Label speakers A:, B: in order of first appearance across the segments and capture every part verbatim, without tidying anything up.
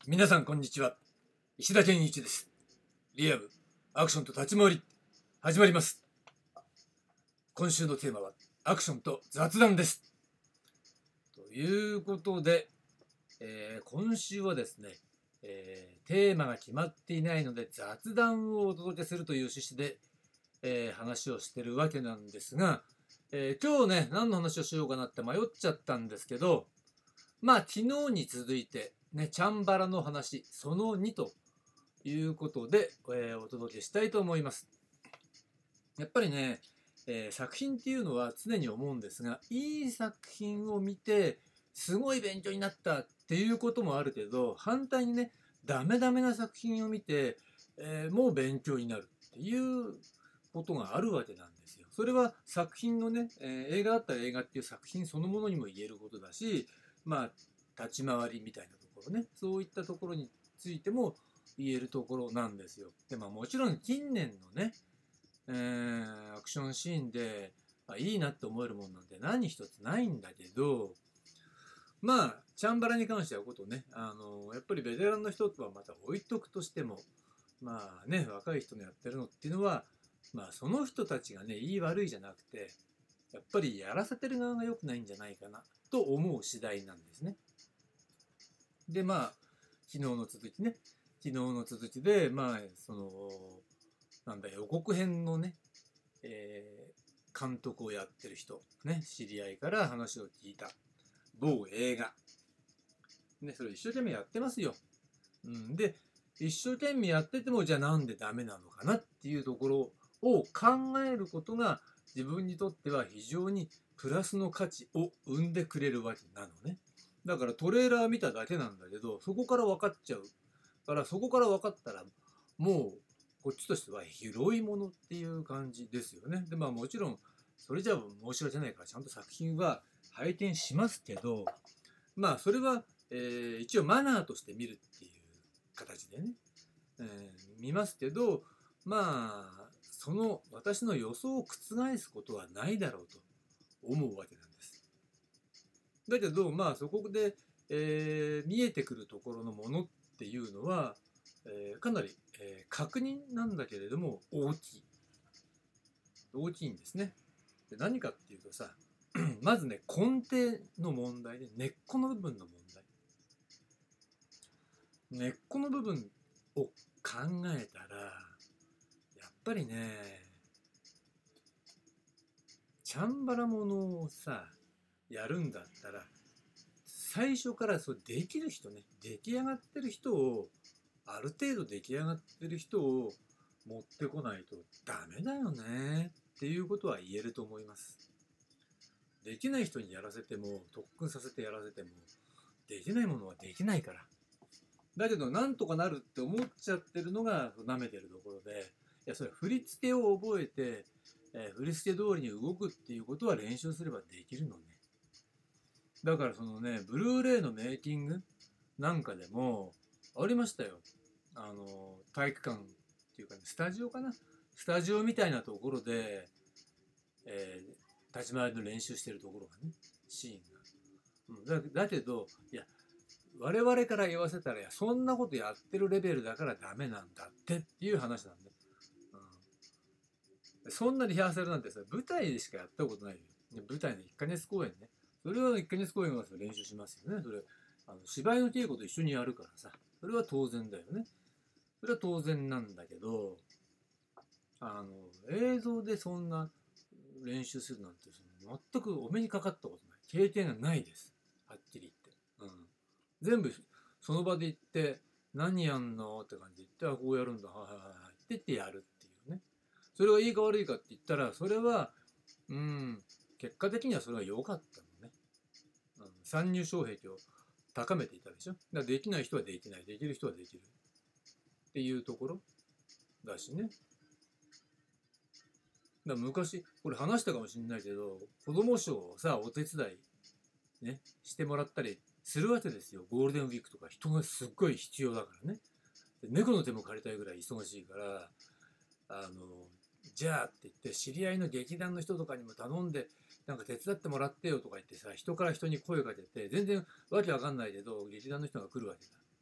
A: 皆さんこんにちは。石田健一です。リアムアクションと立ち回り始まります。今週のテーマはアクションと雑談です。ということで、えー、今週はですね、えー、テーマが決まっていないので雑談をお届けするという趣旨で、えー、話をしてるわけなんですが、えー、今日ね何の話をしようかなって迷っちゃったんですけど、まあ昨日に続いてね、チャンバラの話そのにということで、えー、お届けしたいと思います。やっぱりね、えー、作品っていうのは常に思うんですが、いい作品を見てすごい勉強になったっていうこともあるけど、反対にね、ダメダメな作品を見て、えー、もう勉強になるっていうことがあるわけなんですよ。それは作品のね、えー、映画だったら映画っていう作品そのものにも言えることだし、まあ立ち回りみたいなところね、そういったところについても言えるところなんですよ。で、まあもちろん近年のね、えー、アクションシーンで、あ、いいなって思えるもんなんて何一つないんだけど、まあチャンバラに関してはことね、あのやっぱりベテランの人とはまた置いとくとしても、まあね、若い人のやってるのっていうのは、まあその人たちがね、いい悪いじゃなくて、やっぱりやらせてる側が良くないんじゃないかなと思う次第なんですね。で、まあ昨日の続きね、昨日の続きで、まあそのなんだ予告編のね、えー、監督をやってる人ね、知り合いから話を聞いた某映画ね、それ一生懸命やってますよ。うん、で一生懸命やってても、じゃあなんでダメなのかなっていうところを考えることが自分にとっては非常にプラスの価値を生んでくれるわけなのね。だからトレーラー見ただけなんだけど、そこから分かっちゃうから、そこから分かったらもうこっちとしては広いものっていう感じですよね。でまあもちろんそれじゃ申し訳ないからちゃんと作品は拝見しますけど、まあそれは、えー、一応マナーとして見るっていう形でね、えー、見ますけど、まあその私の予想を覆すことはないだろうと思うわけなんです。だけどまあそこで、えー、見えてくるところのものっていうのは、えー、かなり、えー、確認なんだけれども大きい大きいんですね。で何かっていうとさまずね根底の問題で根っこの部分の問題根っこの部分を考えたらやっぱりねチャンバラものをさやるんだったら最初からそうできる人ね出来上がってる人をある程度出来上がってる人を持ってこないとダメだよねっていうことは言えると思います。できない人にやらせても特訓させてやらせてもできないものはできないから。だけどなんとかなるって思っちゃってるのが舐めてるところで、いやそれ振り付けを覚えて、えー、振り付け通りに動くっていうことは練習すればできるのね。だからそのねブルーレイのメイキングなんかでもありましたよ。あの体育館っていうかねスタジオかなスタジオみたいなところで、えー、立ち回りの練習してるところがねシーンが、うん、だ, だけどいや我々から言わせたら、いやそんなことやってるレベルだからダメなんだってっていう話なんで、うん、そんなリハーサルなんてさ舞台でしかやったことないよ。舞台のいっかげつ公演ね、それはいっかげつ公演は練習しますよね。それあの芝居の稽古と一緒にやるからさ、それは当然だよね。それは当然なんだけど、あの映像でそんな練習するなんて全くお目にかかったことない、経験がないです、はっきり言って。うん全部その場で行って何やんのって感じで言って、あこうやるんだはいはいはいって言ってやるっていうね。それがいいか悪いかって言ったら、それはうん結果的にはそれは良かったのね、うん、参入障壁を高めていたでしょ。だからできない人はできない、できる人はできるっていうところだしね。だ昔これ話したかもしれないけど、子供賞をさお手伝いねしてもらったりするわけですよ。ゴールデンウィークとか人がすっごい必要だからね。で猫の手も借りたいぐらい忙しいから、あのじゃあって言って知り合いの劇団の人とかにも頼んで、なんか手伝ってもらってよとか言ってさ、人から人に声かけて、全然わけわかんないけど劇団の人が来るわけだ。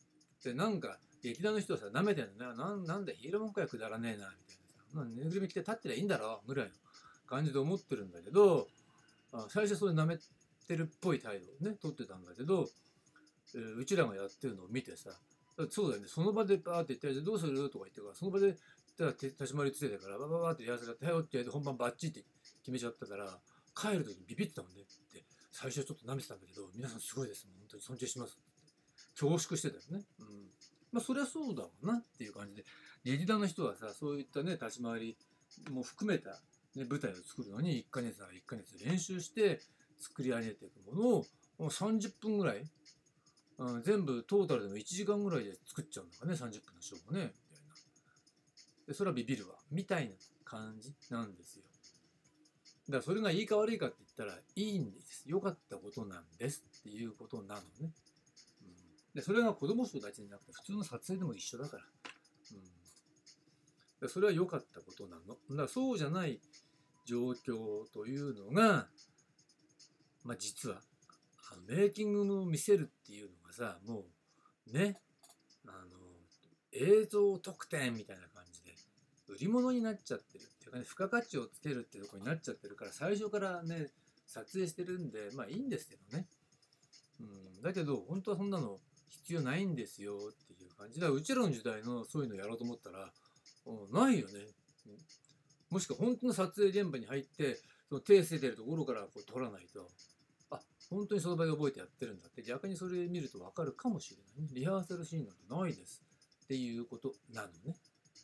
A: で、なんか、劇団の人はさ、舐めてんのね。なん、なんだ、ヒーローもんかよ、くだらねえな、みたいなさ。まあ、ぬいぐるみ着て立ってりゃいいんだろ、ぐらいの感じで思ってるんだけど、あ最初それ舐めてるっぽい態度をね、取ってたんだけど、えーうちらがやってるのを見てさ、そうだよね、その場でバーって言って、どうするとか言ってから、その場で言ったら立ち回りついてたから、バババーってやらせて、はい、ってやって本番バッチリって決めちゃったから、帰る時にビビってたもんねって、最初はちょっと舐めてたんだけど、皆さんすごいです、もう本当に尊敬しますって恐縮してたよね。うん。まあ、そりゃそうだわなっていう感じで、劇団の人はさ、そういったね、立ち回りも含めた、ね、舞台を作るのにいっかげつならいっかげつ練習して作り上げていくものを、もうさんじゅっぷんぐらい、うん、全部トータルでもいちじかんぐらいで作っちゃうんだからね、さんじゅっぷんのショーもね、みたいな。で、それはビビるわ、みたいな感じなんですよ。だからそれがいいか悪いかって言ったら、いいんです。良かったことなんですっていうことなのね。うん、で、それが子供賞たちじゃなくて、普通の撮影でも一緒だから。うん、でそれは良かったことなの。だからそうじゃない状況というのが、まあ実は、あのメイキングを見せるっていうのがさ、もうね、あの映像特典みたいな感じで売り物になっちゃってるっていうかね、付加価値をつけるっていうところになっちゃってるから、最初からね撮影してるんで、まあいいんですけどね、うん、だけど本当はそんなの必要ないんですよっていう感じだ。うちらの時代のそういうのやろうと思ったら、うん、ないよね、うん、もしくは本当の撮影現場に入ってその手捨ててるところからこう撮らないと、あ、本当にその場で覚えてやってるんだって、逆にそれ見ると分かるかもしれないね。リハーサルシーンなんてないですっていうことなのね。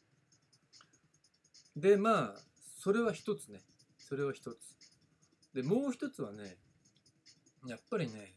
A: で、まあ、それは一つね。それは一つ。で、もう一つはね、やっぱりね、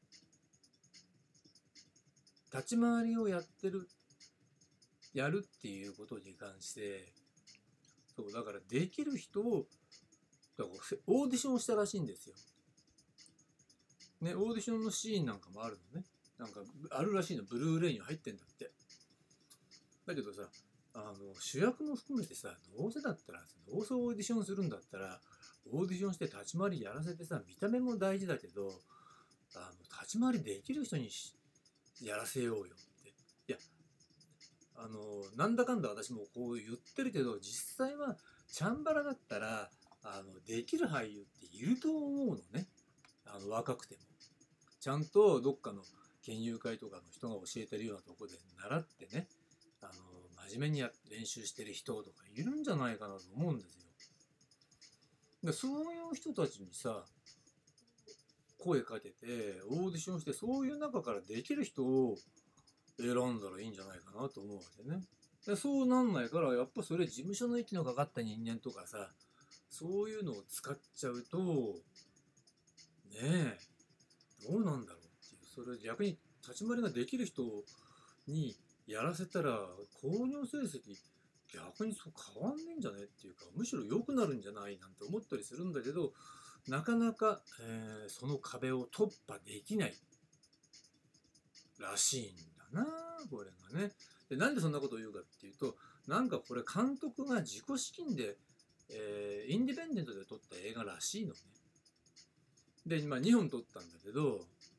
A: 立ち回りをやってる、やるっていうことに関して、そう、だからできる人を、だからオーディションをしたらしいんですよ。ね、オーディションのシーンなんかもあるのね。なんか、あるらしいの。ブルーレイに入ってんだって。だけどさ、あの主役も含めてさ、どうせだったら、どうせオーディションするんだったら、オーディションして立ち回りやらせてさ、見た目も大事だけど、あの立ち回りできる人にやらせようよって。いや、あのなんだかんだ私もこう言ってるけど、実際はチャンバラだったら、あのできる俳優っていると思うのね。あの若くても。ちゃんとどっかの研究会とかの人が教えてるようなとこで習ってね、あの真面目にや練習してる人とかいるんじゃないかなと思うんですよ。でそういう人たちにさ、声かけてオーディションして、そういう中からできる人を選んだらいいんじゃないかなと思うわけね。でそうなんないから、やっぱそれ事務所の息のかかった人間とかさ、そういうのを使っちゃうとねえ、どうなんだろうっていう。それ逆に立ち回りができる人にやらせたら興行成績逆にそう変わんねえんじゃねっていうか、むしろ良くなるんじゃないなんて思ったりするんだけど、なかなか、えーその壁を突破できないらしいんだな、これがね。でなんでそんなことを言うかっていうと、なんかこれ監督が自己資金で、えーインディペンデントで撮った映画らしいのね。で今にほん撮ったんだけど、うん、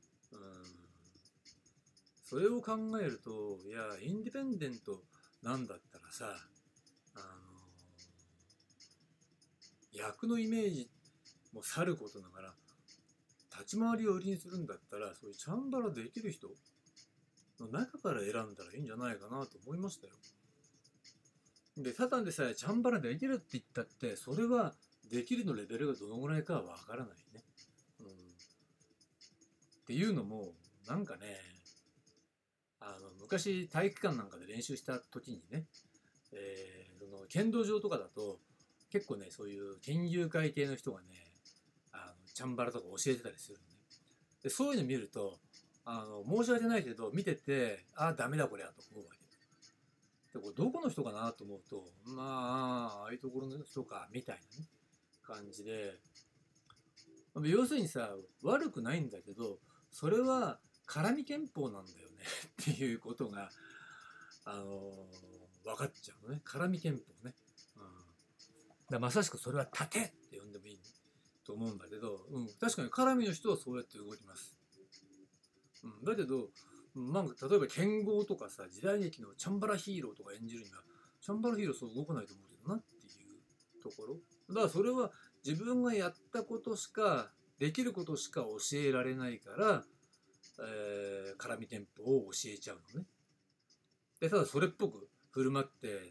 A: それを考えると、いやインディペンデントなんだったらさ、あの役のイメージもさることながら、立ち回りを売りにするんだったら、そういうチャンバラできる人の中から選んだらいいんじゃないかなと思いましたよ。で、ただでさえチャンバラできるって言ったって、それはできるのレベルがどのぐらいかはわからないね。うん。っていうのも、なんかね、あの昔体育館なんかで練習した時にね、えー、その剣道場とかだと結構ね、そういう剣友会系の人がね、あのチャンバラとか教えてたりするのね。でそういうの見ると、あの申し訳ないけど見てて、ああダメだこりゃと思うわけで、これどこの人かなと思うと、まあああいうところの人かみたいなね感じで、要するにさ、悪くないんだけど、それは絡み憲法なんだよねっていうことが、あのー分かっちゃうのね。絡み憲法ね。うん、だまさしくそれは盾って呼んでもいいと思うんだけど、うん、確かに絡みの人はそうやって動きます。うん、だけど、 まあ、例えば剣豪とかさ、時代劇のチャンバラヒーローとか演じるには、チャンバラヒーローそう動かないと思うけどなっていうところ。だからそれは自分がやったことしか、できることしか教えられないから、えー、絡みテンポを教えちゃうのね。で、ただそれっぽく振る舞って、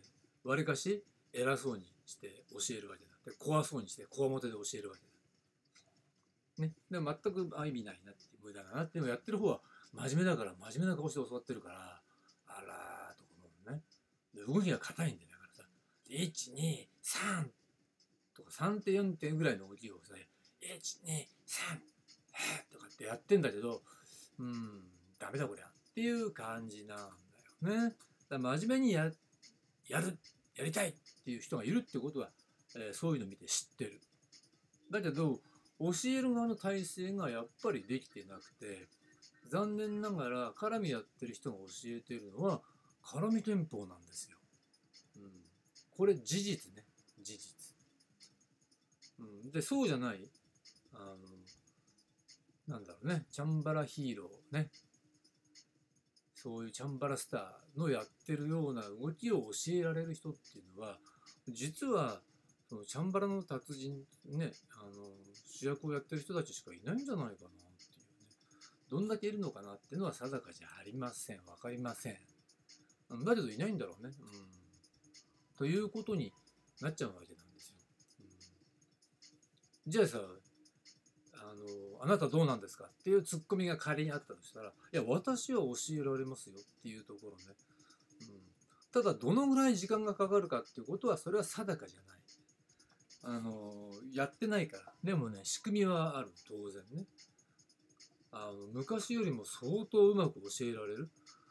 A: わりかし偉そうにして教えるわけだ。で、怖そうにして、こわもてで教えるわけだ。ね。で、全く意味ないなって、無駄だなって。でもやってる方は真面目だから、真面目な顔して教わってるから、あらーとか思うのね。で、動きが硬いんだよ。だからさ、いち、に、さんとかさんてんよんてんぐらいの動きをさ、いち、に、さん、とかってやってんだけど、うん、ダメだこりゃっていう感じなんだよね。だから真面目にややる、やりたいっていう人がいるってことは、えーそういうのを見て知ってる。だけど、教える側の体制がやっぱりできてなくて、残念ながら絡みやってる人が教えてるのは絡み憲法なんですよ。うん、これ事実ね、事実。うん、で、そうじゃない、あの、なんだろうね、チャンバラヒーローね、そういうチャンバラスターのやってるような動きを教えられる人っていうのは、実はそのチャンバラの達人ね、あの主役をやってる人たちしかいないんじゃないかなっていうね。どんだけいるのかなっていうのは定かじゃありません。わかりません。だけどいないんだろうね。うん、ということになっちゃうわけなんですよ。うん、じゃあさ、あの、あなたどうなんですかっていうツッコミが仮にあったとしたら、いや、私は教えられますよっていうところね。うん、ただ、どのぐらい時間がかかるかっていうことは、それは定かじゃない。あの、やってないから。でもね、仕組みはある、当然ね。あの、昔よりも相当うまく教えられる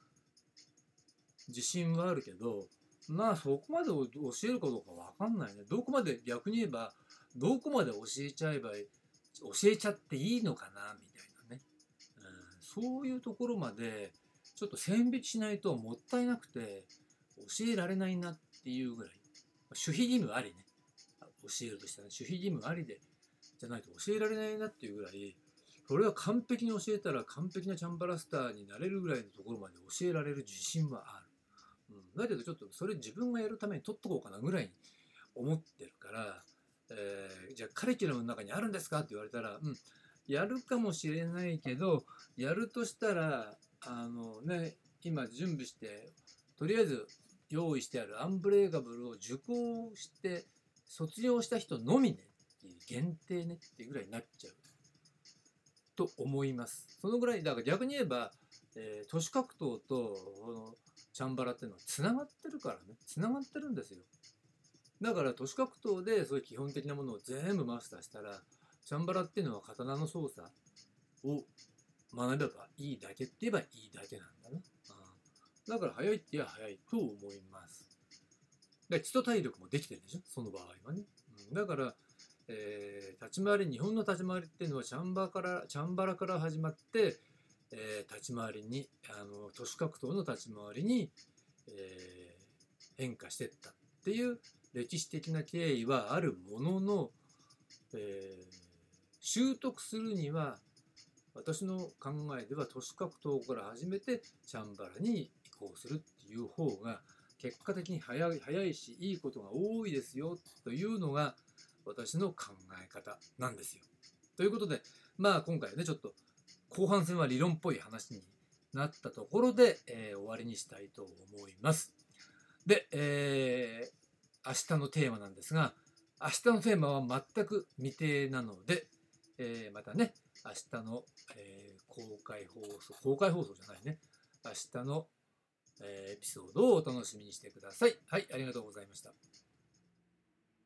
A: 自信はあるけど、まあ、そこまで教えるかどうかわかんないね。どこまで、逆に言えば、どこまで教えちゃえば、教えちゃっていいのかな、みたいなね。うん、そういうところまで、ちょっと線引きしないともったいなくて、教えられないなっていうぐらい。守秘義務ありね。教えるとしたら、守秘義務ありで、じゃないと教えられないなっていうぐらい、それは完璧に教えたら完璧なチャンバラスターになれるぐらいのところまで教えられる自信はある。うん、だけどちょっとそれ自分がやるために取っとこうかなぐらいに思ってるから、えー、じゃあカリキュラムの中にあるんですかって言われたら、うん、やるかもしれないけど、やるとしたら、あのね、今準備して、とりあえず用意してあるアンブレーガブルを受講して卒業した人のみねっていう限定ねっていうぐらいになっちゃうと思います。そのぐらい、だから逆に言えば、えー、都市格闘とこのチャンバラっていうのはつながってるからね、つながってるんですよ。だから都市格闘でそういう基本的なものを全部マスターしたら、チャンバラっていうのは刀の操作を学べばいいだけって言えばいいだけなんだね。うん、だから早いって言えば早いと思います。で基礎体力もできてるでしょ、その場合はね。うん、だから、えー、立ち回り、日本の立ち回りっていうのはチャンバラからチャンバラから始まって、えー、立ち回りにあの都市格闘の立ち回りに、えー、変化していったっていう歴史的な経緯はあるものの、えー、習得するには私の考えでは都市格闘から始めてチャンバラに移行するっていう方が結果的に早い早いしいいことが多いですよというのが私の考え方なんですよ。ということで、まあ今回はねちょっと後半戦は理論っぽい話になったところで、えー、終わりにしたいと思います。で、えー、明日のテーマなんですが、明日のテーマは全く未定なので、えー、またね、明日の、えー、公開放送、公開放送じゃないね、明日の、えー、エピソードをお楽しみにしてください。はい、ありがとうございました。